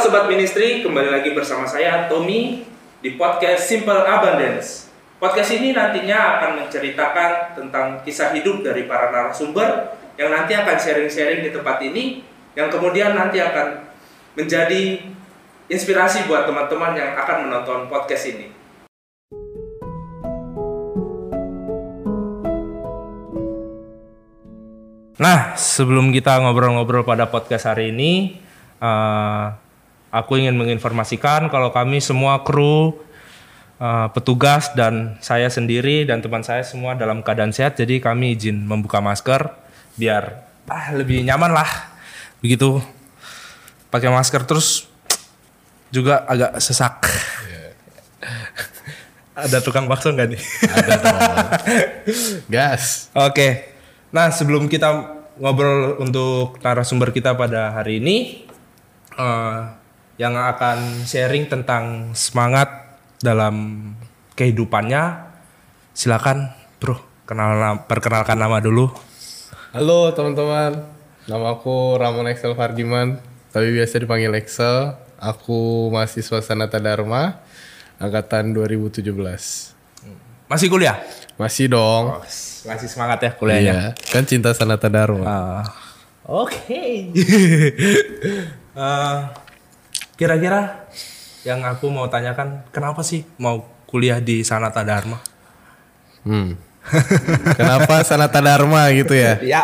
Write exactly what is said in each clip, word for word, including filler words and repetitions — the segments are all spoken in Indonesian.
Sobat Ministry, kembali lagi bersama saya Tommy di podcast Simple Abundance. Podcast ini nantinya akan menceritakan tentang kisah hidup dari para narasumber yang nanti akan sharing-sharing di tempat ini, yang kemudian nanti akan menjadi inspirasi buat teman-teman yang akan menonton podcast ini. Nah, sebelum kita ngobrol-ngobrol pada podcast hari ini, uh, aku ingin menginformasikan kalau kami semua kru, uh, petugas dan saya sendiri dan teman saya semua dalam keadaan sehat. Jadi kami izin membuka masker biar ah, lebih nyaman lah. Begitu pakai masker terus juga agak sesak. Yeah. Ada tukang bakso nggak nih? Ada dong. Gas. Oke. Okay. Nah, sebelum kita ngobrol untuk narasumber kita pada hari ini, uh, yang akan sharing tentang semangat dalam kehidupannya, silakan bro, kenal, perkenalkan nama dulu. Halo teman-teman, nama aku Ramon Excel Fardiman, tapi biasa dipanggil Excel. Aku mahasiswa Sanata Dharma, angkatan dua ribu tujuh belas. Masih kuliah? Masih dong. Oh, masih semangat ya kuliahnya? Iya, kan cinta Sanata Dharma. Uh, Oke. Okay. uh, Kira-kira yang aku mau tanyakan, kenapa sih mau kuliah di Sanata Dharma? Hmm. Kenapa Sanata Dharma gitu ya? Iya.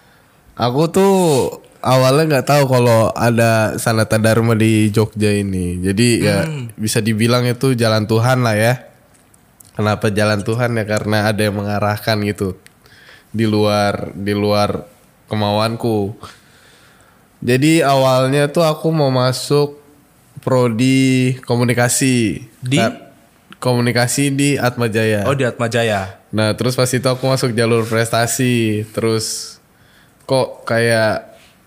Aku tuh awalnya nggak tahu kalau ada Sanata Dharma di Jogja ini. Jadi hmm. ya bisa dibilang itu jalan Tuhan lah ya. Kenapa jalan Tuhan ya? Karena ada yang mengarahkan gitu di luar di luar kemauanku. Jadi awalnya tuh aku mau masuk prodi komunikasi di nah, komunikasi di Atmajaya. Oh, di Atmajaya. Nah, terus pas itu aku masuk jalur prestasi. Terus kok kayak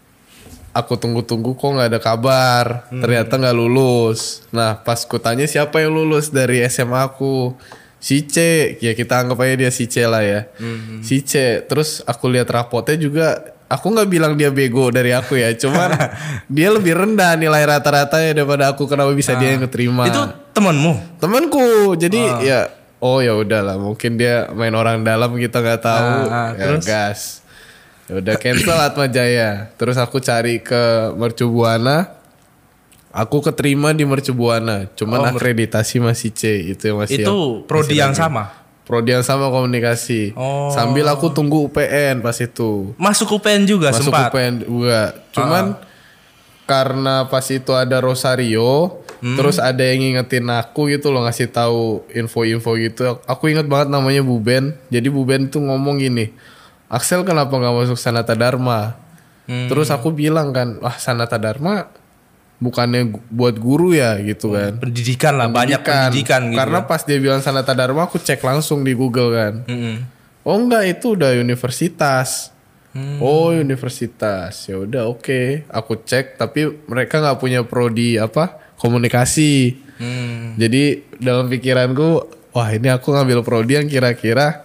aku tunggu-tunggu kok nggak ada kabar. Hmm. Ternyata nggak lulus. Nah, pas ku tanya siapa yang lulus dari S M A aku, si C. Ya kita anggap aja dia si C lah ya. Hmm. Si C. Terus aku lihat rapotnya juga. Aku nggak bilang dia bego dari aku ya, cuman dia lebih rendah nilai rata-ratanya daripada aku. Kenapa bisa ah. dia yang keterima? Itu temanmu? Temanku. Jadi ah. ya, oh ya udahlah, mungkin dia main orang dalam kita nggak tahu. Ah, ah, ya, terus gas. Ya udah cancel Atmajaya. Terus aku cari ke Mercu Buana. Aku keterima di Mercu Buana, cuman oh, akreditasi masih C. Itu yang masih. Itu prodi yang sama. Prodi yang sama komunikasi. Oh. Sambil aku tunggu U P N pas itu. Masuk U P N juga Masuk sempat? Masuk U P N juga. Cuman uh. karena pas itu ada Rosario, hmm. terus ada yang ngingetin aku gitu loh, ngasih tahu info-info gitu. Aku inget banget namanya Bu Ben. Jadi Bu Ben tuh ngomong gini, Axel kenapa gak masuk Sanata Dharma? Hmm. Terus aku bilang kan, wah Sanata Dharma bukannya buat guru ya gitu kan. Pendidikan lah, pendidikan. Banyak pendidikan gitu. Karena pas dia bilang Sanata Dharma aku cek langsung di Google kan. Mm-hmm. Oh enggak, itu udah universitas. Mm. Oh universitas. Ya udah oke, okay. Aku cek tapi mereka nggak punya prodi apa? Komunikasi. Mm. Jadi dalam pikiranku, wah ini aku ngambil prodi yang kira-kira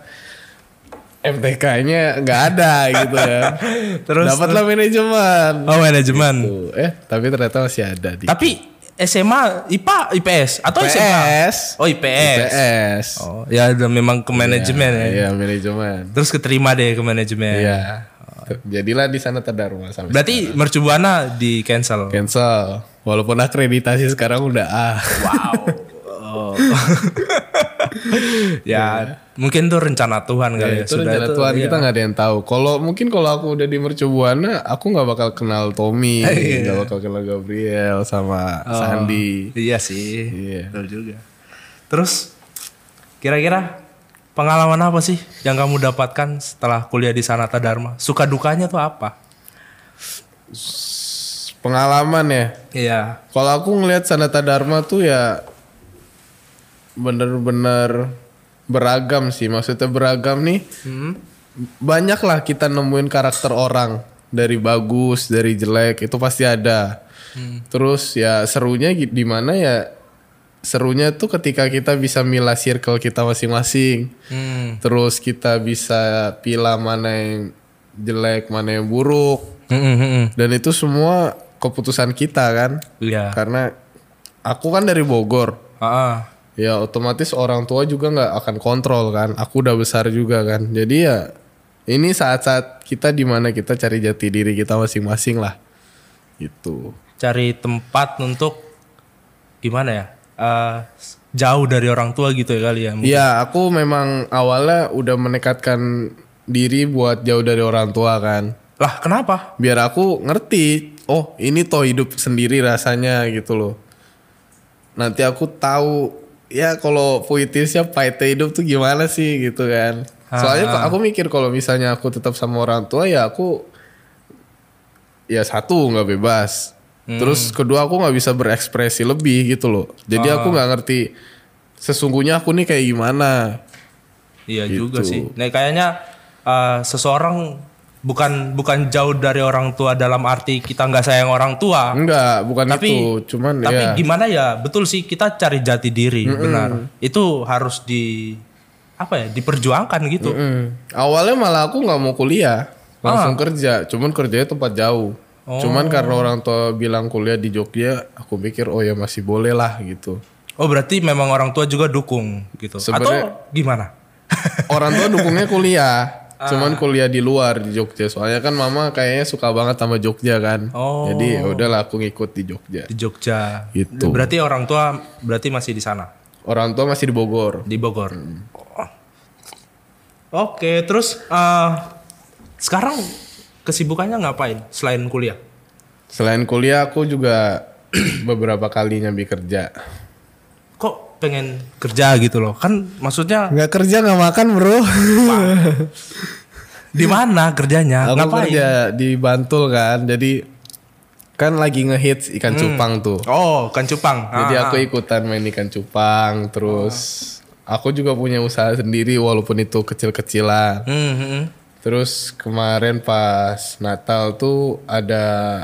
M T K-nya nggak ada gitu ya. Terus dapatlah manajemen. Oh manajemen. Gitu. Eh tapi ternyata masih ada. Dikit. Tapi S M A I P A I P S atau I P S. S M A? Oh I P S. I P S. Oh ya udah memang ke manajemen ya. Iya manajemen. Terus keterima deh ke manajemen. Iya. Oh. Jadilah di sana Tadarma sampai. Berarti Mercu Buana di cancel. Cancel. Walaupun akreditasi sekarang udah ah. Wow. Oh. Ya, ya mungkin tuh rencana Tuhan kali ya, ya. Itu rencana itu, Tuhan, iya. Kita nggak ada yang tahu. Kalau mungkin kalau aku udah di Mercu Buana, aku nggak bakal kenal Tommy, nggak iya. bakal kenal Gabriel sama oh, Sandi. Iya sih, iya. Betul juga. Terus kira-kira pengalaman apa sih yang kamu dapatkan setelah kuliah di Sanata Dharma? Suka dukanya tuh apa? Pengalaman ya. Iya. Kalau aku ngelihat Sanata Dharma tuh ya bener-bener beragam sih. Maksudnya beragam nih. Hmm. Banyak lah kita nemuin karakter orang. Dari bagus, dari jelek. Itu pasti ada. Hmm. Terus ya serunya di mana ya. Serunya tuh ketika kita bisa milah circle kita masing-masing. Hmm. Terus kita bisa pilih mana yang jelek, mana yang buruk. Hmm, hmm, hmm. Dan itu semua keputusan kita kan. Iya. Karena aku kan dari Bogor. Ah, Ya otomatis orang tua juga nggak akan kontrol kan. Aku udah besar juga kan. Jadi ya ini saat-saat kita dimana kita cari jati diri kita masing-masing lah. Gitu. cari tempat untuk gimana ya? Eh, jauh dari orang tua gitu ya kali ya. mungkin. Iya aku memang awalnya udah menekatkan diri buat jauh dari orang tua kan. Lah kenapa? Biar aku ngerti. Oh ini toh hidup sendiri rasanya gitu loh. Nanti aku tahu ya kalau puitisnya pahitnya hidup tuh gimana sih gitu kan. Soalnya Ah. aku mikir kalau misalnya aku tetap sama orang tua ya aku ya satu nggak bebas. Hmm. Terus kedua aku nggak bisa berekspresi lebih gitu loh. Jadi Ah. aku nggak ngerti sesungguhnya aku nih kayak gimana. Iya Gitu. juga sih. Nah kayaknya eh, seseorang bukan bukan jauh dari orang tua dalam arti kita nggak sayang orang tua. Enggak, bukan Tapi itu. Cuman tapi ya gimana ya? Betul sih kita cari jati diri, benar. Itu harus di apa ya? Diperjuangkan gitu. mm, awalnya malah aku nggak mau kuliah, langsung Ah. kerja. Cuman kerjanya tempat jauh. Oh. Cuman karena orang tua bilang kuliah di Jogja, aku pikir oh ya masih boleh lah gitu. Oh berarti memang orang tua juga dukung gitu. Sebenarnya- Atau gimana? Orang tua dukungnya kuliah, Ah. cuman kuliah di luar di Jogja. Soalnya kan mama kayaknya suka banget sama Jogja kan. Oh. Jadi ya udahlah aku ngikut di Jogja. Di Jogja. Gitu. Berarti orang tua berarti masih di sana, Orang tua masih di Bogor. di Bogor. Oh. Oke, terus eh, sekarang kesibukannya ngapain selain kuliah? Selain kuliah aku juga beberapa kali nyambi kerja. Kok pengen kerja gitu loh? Kan maksudnya Nggak kerja nggak makan bro. di mana kerjanya? Aku Ngapain? kerja di Bantul kan. Jadi kan lagi ngehits ikan cupang tuh. Oh, kan cupang. Jadi Ah, aku ikutan main ikan cupang. Terus aku juga punya usaha sendiri walaupun itu kecil-kecilan. hmm, hmm, hmm. Terus kemarin pas Natal tuh ada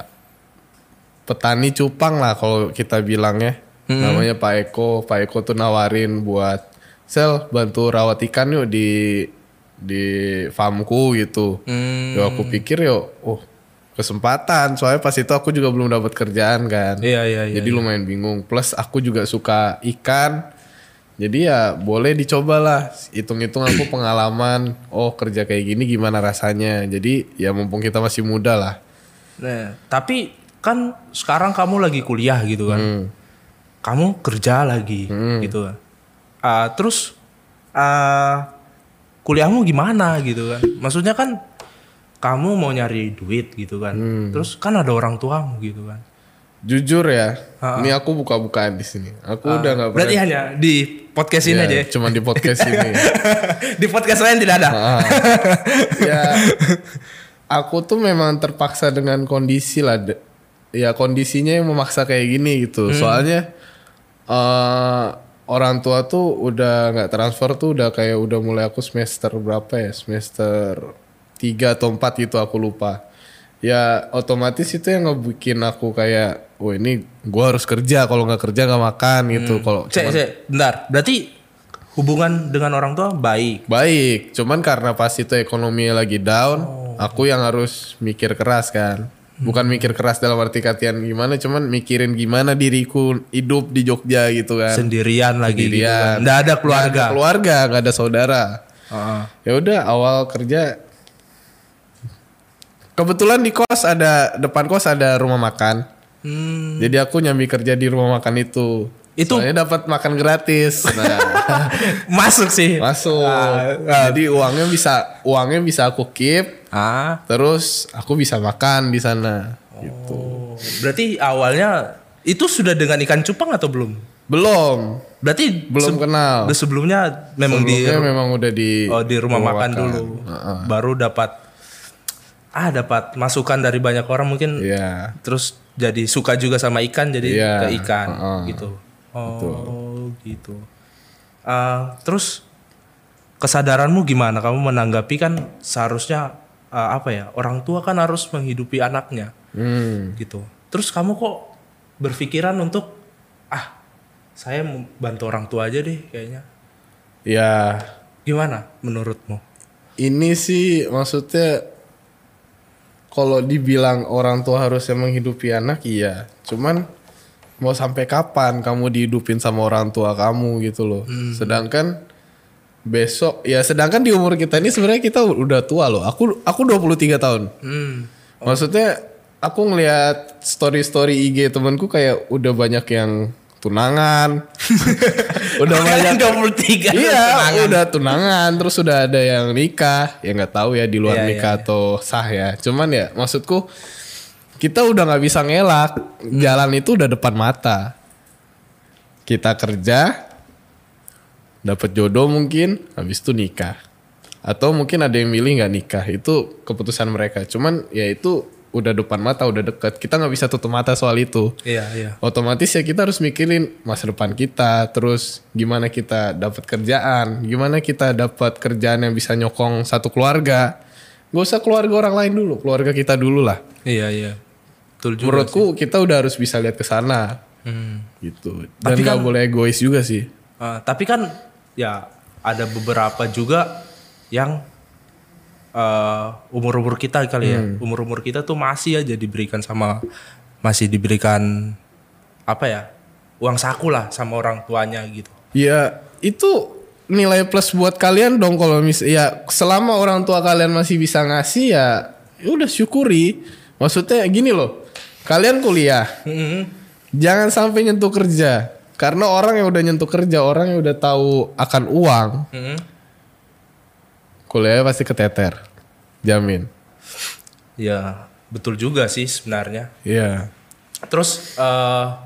petani cupang lah kalau kita bilangnya. Namanya Pak Eko. Pak Eko tuh nawarin buat Sel bantu rawat ikan yuk di di farmku gitu. Hmm. Ya aku pikir yuk, oh kesempatan. Soalnya pas itu aku juga belum dapat kerjaan kan. Iya, iya, iya. Jadi lumayan bingung. Plus aku juga suka ikan. Jadi ya boleh dicoba lah. Hitung-hitung aku pengalaman. Oh kerja kayak gini gimana rasanya. Jadi ya mumpung kita masih muda lah. Nah, tapi kan sekarang kamu lagi kuliah gitu kan. Hmm. Kamu kerja lagi gitu kan. Ah, terus ah, kuliahmu gimana gitu kan? Maksudnya kan kamu mau nyari duit gitu kan. Hmm. Terus kan ada orang tuamu gitu kan. Jujur ya, ini aku buka-bukaan di sini. Aku udah nggak pernah. Berarti hanya di podcast ini Ya, aja ya? cuman di podcast ini. Di podcast lain tidak ada. Ah. Ya, aku tuh memang terpaksa dengan kondisi lah. De- Ya kondisinya yang memaksa kayak gini gitu. Soalnya eh orang tua tuh udah nggak transfer tuh udah kayak udah mulai aku semester berapa ya? Semester tiga atau empat gitu aku lupa. Ya otomatis itu yang ngebikin aku kayak, oh ini gua harus kerja. Kalau nggak kerja nggak makan gitu. Kalau Cek, cek, bentar. Berarti hubungan dengan orang tua baik. baik, cuman karena pas itu ekonominya lagi down, aku yang harus mikir keras kan. Bukan mikir keras dalam arti katian gimana, cuman mikirin gimana diriku hidup di Jogja gitu kan. Sendirian lagi gitu kan. Sendirian. Nggak ada Nggak keluarga. ada keluarga, nggak ada saudara. Heeh. Ya udah awal kerja. Kebetulan di kos ada depan kos ada rumah makan. Hmm. Jadi aku nyambi kerja di rumah makan itu. Itu- Soalnya dapat makan gratis. Nah, Masuk sih. masuk. Ah, Jadi uangnya bisa uangnya bisa aku keep. Ah. Terus aku bisa makan di sana. Gitu. Oh, berarti awalnya itu sudah dengan ikan cupang atau belum? Belum, Berarti belum se- kenal. sebelumnya memang Sebelumnya di memang udah di oh di rumah makan, dulu. Heeh. Baru dapat ah dapat masukan dari banyak orang mungkin. Iya. Terus jadi suka juga sama ikan jadi Iya, ke ikan heeh. gitu. Oh, gitu. Ah, terus kesadaranmu gimana? Kamu menanggapi kan seharusnya ah, apa ya? Orang tua kan harus menghidupi anaknya. Hmm. Gitu. Terus kamu kok berpikiran untuk ah saya mau bantu orang tua aja deh kayaknya. Ya, Gimana menurutmu? ini sih maksudnya kalau dibilang orang tua harusnya menghidupi anak, iya. Cuman mau sampai kapan kamu dihidupin sama orang tua kamu gitu loh. Hmm. Sedangkan besok, ya sedangkan di umur kita ini sebenarnya kita udah tua loh. Aku aku dua puluh tiga tahun. Hmm. Oh. Maksudnya aku ngelihat story-story I G temanku kayak udah banyak yang tunangan. Udah banyak dua puluh tiga. Iya, tunangan. Udah tunangan, terus udah ada yang nikah. Ya nggak tahu ya di luar yeah, nikah yeah, atau yeah. sah ya. Cuman ya maksudku kita udah nggak bisa ngelak. Hmm. Jalan itu udah depan mata. Kita kerja, dapat jodoh mungkin, habis itu nikah. Atau mungkin ada yang milih nggak nikah, itu keputusan mereka. Cuman ya itu udah depan mata, udah deket. Kita nggak bisa tutup mata soal itu. Iya, iya. Otomatis ya kita harus mikirin masa depan kita, terus gimana kita dapat kerjaan, gimana kita dapat kerjaan yang bisa nyokong satu keluarga. Gak usah keluarga orang lain dulu, keluarga kita dulu lah. Iya, iya. Betul juga. Menurutku sih. Kita udah harus bisa lihat ke sana, hmm. gitu. Dan nggak kan, boleh egois juga sih. Uh, tapi kan ya ada beberapa juga yang uh, umur-umur kita kali ya, hmm. umur-umur kita tuh masih aja diberikan sama, masih diberikan apa ya, uang saku lah sama orang tuanya gitu. Ya itu nilai plus buat kalian dong kalau mis, ya selama orang tua kalian masih bisa ngasih ya, ya udah syukuri. Maksudnya gini loh, kalian kuliah, mm-hmm. jangan sampai nyentuh kerja. Karena orang yang udah nyentuh kerja, orang yang udah tahu akan uang, mm-hmm. kuliahnya pasti keteter, jamin. Ya betul juga sih sebenarnya. Iya. Terus uh,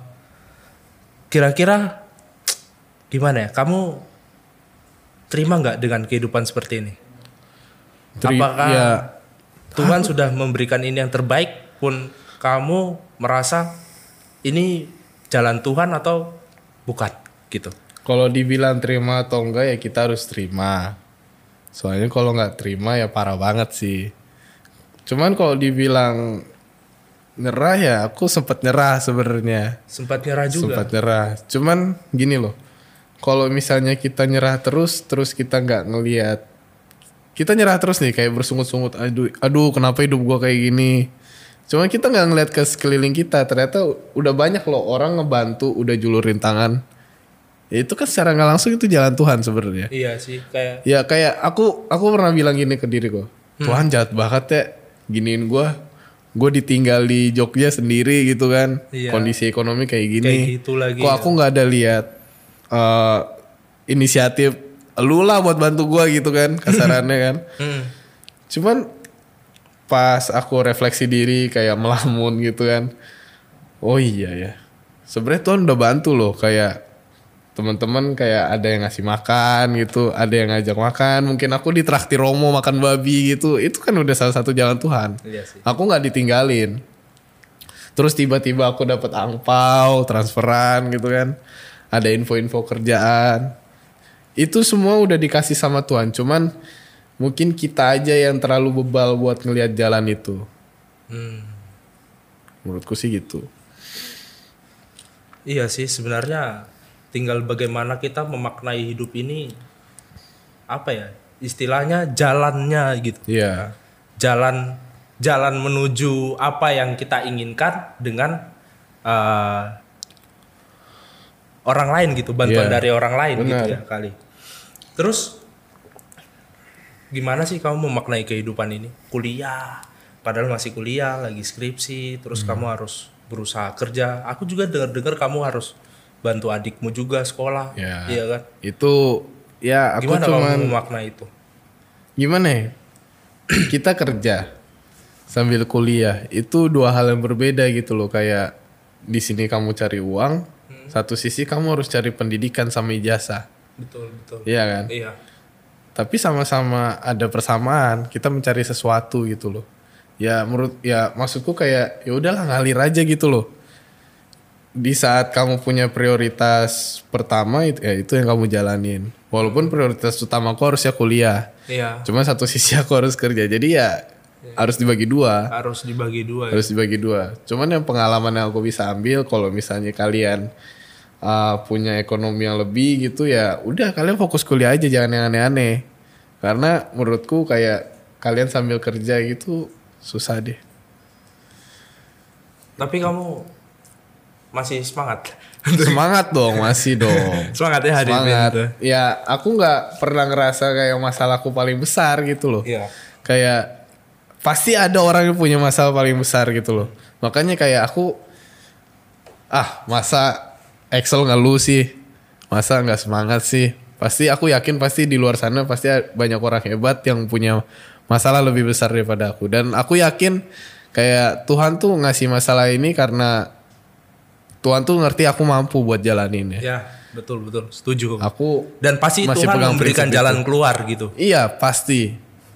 kira-kira gimana ya? Kamu terima nggak dengan kehidupan seperti ini? Teri- Apakah ya. Tuhan sudah memberikan ini yang terbaik, pun kamu merasa ini jalan Tuhan atau bukan gitu? Kalau dibilang terima atau enggak ya kita harus terima. Soalnya kalau nggak terima ya parah banget sih. Cuman kalau dibilang nyerah ya aku sempat nyerah sebenarnya. Sempat nyerah juga. Sempat nyerah. Cuman gini loh. Kalau misalnya kita nyerah terus, terus kita nggak ngelihat, kita nyerah terus nih kayak bersungut-sungut. Aduh, aduh kenapa hidup gua kayak gini? Cuman kita nggak ngelihat ke sekeliling kita. Ternyata udah banyak loh orang ngebantu, udah julurin tangan. Ya itu kan secara nggak langsung itu jalan Tuhan sebenarnya. Iya sih kayak. Ya kayak aku aku pernah bilang gini ke diriku, hmm. Tuhan jahat banget ya, giniin gue, gue ditinggal di Jogja sendiri gitu kan, iya. Kondisi ekonomi kayak gini. Kayak gitu lagi. Kok ya. Aku nggak ada lihat uh, inisiatif lu lah buat bantu gue gitu kan, kasarannya kan. Hmm. Cuman pas aku refleksi diri kayak melamun gitu kan, oh iya ya, sebenarnya Tuhan udah bantu loh kayak. Teman-teman kayak ada yang ngasih makan gitu, ada yang ngajak makan, mungkin aku ditraktir Romo makan babi gitu, itu kan udah salah satu jalan Tuhan. Iya sih. Aku nggak ditinggalin. Terus tiba-tiba aku dapat angpau, transferan gitu kan, ada info-info kerjaan, itu semua udah dikasih sama Tuhan. Cuman mungkin kita aja yang terlalu bebal buat ngelihat jalan itu. Hmm. Menurutku sih gitu. Iya sih sebenarnya. Tinggal bagaimana kita memaknai hidup ini, apa ya istilahnya jalannya gitu. Iya. Jalan jalan menuju apa yang kita inginkan dengan uh, orang lain gitu, bantuan yeah. dari orang lain. Benar. Gitu ya kali. Terus gimana sih kamu memaknai kehidupan ini? Kuliah, padahal masih kuliah, lagi skripsi, terus hmm. kamu harus berusaha kerja. Aku juga dengar-dengar kamu harus bantu adikmu juga sekolah, ya, iya kan? Itu ya aku gimana cuman kamu memaknai itu? Gimana ya? Kita kerja sambil kuliah itu dua hal yang berbeda gitu loh. Kayak di sini kamu cari uang, hmm. satu sisi kamu harus cari pendidikan sama ijazah. Betul betul. Iya kan? Iya. Tapi sama-sama ada persamaan. Kita mencari sesuatu gitu loh. Ya menurut ya maksudku kayak ya udahlah ngalir aja gitu loh. Di saat kamu punya prioritas pertama itu ya itu yang kamu jalanin. Walaupun prioritas utama aku harusnya kuliah. Iya. Cuma satu sisi aku harus kerja. Jadi ya iya. harus dibagi dua. Harus dibagi dua. Harus ya. dibagi dua. Cuman yang pengalaman yang aku bisa ambil kalau misalnya kalian uh, punya ekonomi yang lebih gitu ya udah kalian fokus kuliah aja, jangan yang aneh-aneh. Karena menurutku kayak kalian sambil kerja gitu susah deh. Tapi kamu masih semangat? Semangat dong, masih dong. Semangat ya hari Semangat. itu. Ya, aku nggak pernah ngerasa kayak masalahku paling besar gitu loh. Iya. Kayak pasti ada orang yang punya masalah paling besar gitu loh. Makanya kayak aku, ah masa Excel ngeluh sih, masa nggak semangat sih. Pasti aku yakin pasti di luar sana pasti banyak orang hebat yang punya masalah lebih besar daripada aku. Dan aku yakin kayak Tuhan tuh ngasih masalah ini karena Tuhan tuh ngerti aku mampu buat jalanin ya. Ya, betul betul, setuju. Aku Dan pasti masih Tuhan pegang memberikan prinsip jalan itu. keluar gitu. Iya pasti.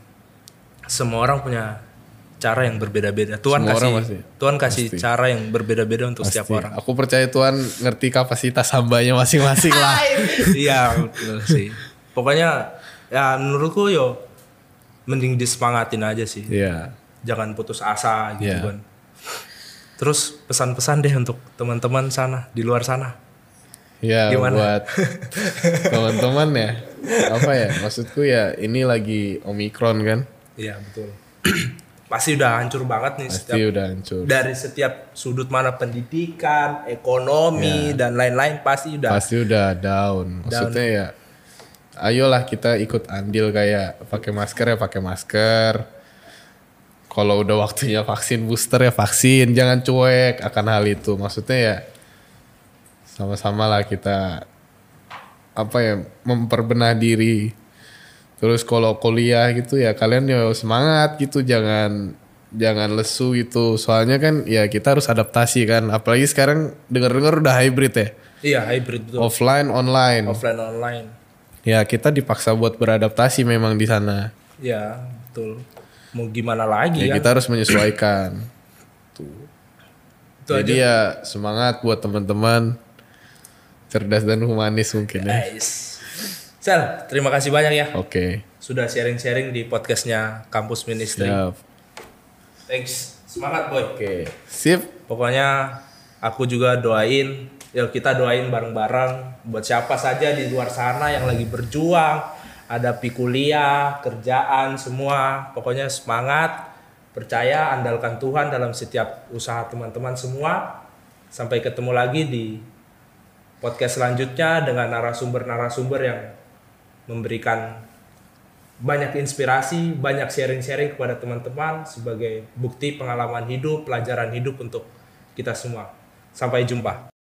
Semua orang punya cara yang berbeda-beda. Tuhan Semua kasih orang pasti. Tuhan kasih Pasti. cara yang berbeda-beda untuk Pasti. setiap orang. Aku percaya Tuhan ngerti kapasitas hambanya masing-masing lah. Iya, betul sih. Pokoknya ya menurutku yo mending disemangatin aja sih. Iya. Jangan putus asa gitu Iya. kan. Terus pesan-pesan deh untuk teman-teman sana di luar sana. Ya Gimana? buat teman-teman ya. Apa ya? Maksudku ya ini lagi Omikron kan. Iya, betul. Pasti udah hancur banget nih Pasti setiap udah hancur. dari setiap sudut mana pendidikan, ekonomi dan lain-lain pasti udah. Pasti udah down. Maksudnya ya ayolah kita ikut andil kayak pakai masker ya pakai masker. Kalau udah waktunya vaksin booster ya vaksin. Jangan cuek akan hal itu. Maksudnya ya sama-sama lah kita apa ya memperbenah diri. Terus kalau kuliah gitu ya kalian ya semangat gitu, jangan jangan lesu gitu. Soalnya kan ya kita harus adaptasi kan. Apalagi sekarang dengar-dengar udah hybrid ya. Iya, hybrid betul. Offline online. Offline online. Ya kita dipaksa buat beradaptasi memang di sana. Iya, betul. Mau gimana lagi Ya kan? kita harus menyesuaikan. Tuh. Itu Jadi aja. ya semangat buat teman-teman cerdas dan humanis mungkin ya. Guys. Sel, terima kasih banyak ya Oke. sudah sharing-sharing di podcastnya Kampus Ministry. Siap. Thanks. Semangat boy. Oke. Sip. Pokoknya aku juga doain, yuk kita doain bareng-bareng buat siapa saja di luar sana yang lagi berjuang, hadapi kuliah, kerjaan, semua. Pokoknya semangat, percaya, andalkan Tuhan dalam setiap usaha teman-teman semua. Sampai ketemu lagi di podcast selanjutnya dengan narasumber-narasumber yang memberikan banyak inspirasi, banyak sharing-sharing kepada teman-teman sebagai bukti pengalaman hidup, pelajaran hidup untuk kita semua. Sampai jumpa.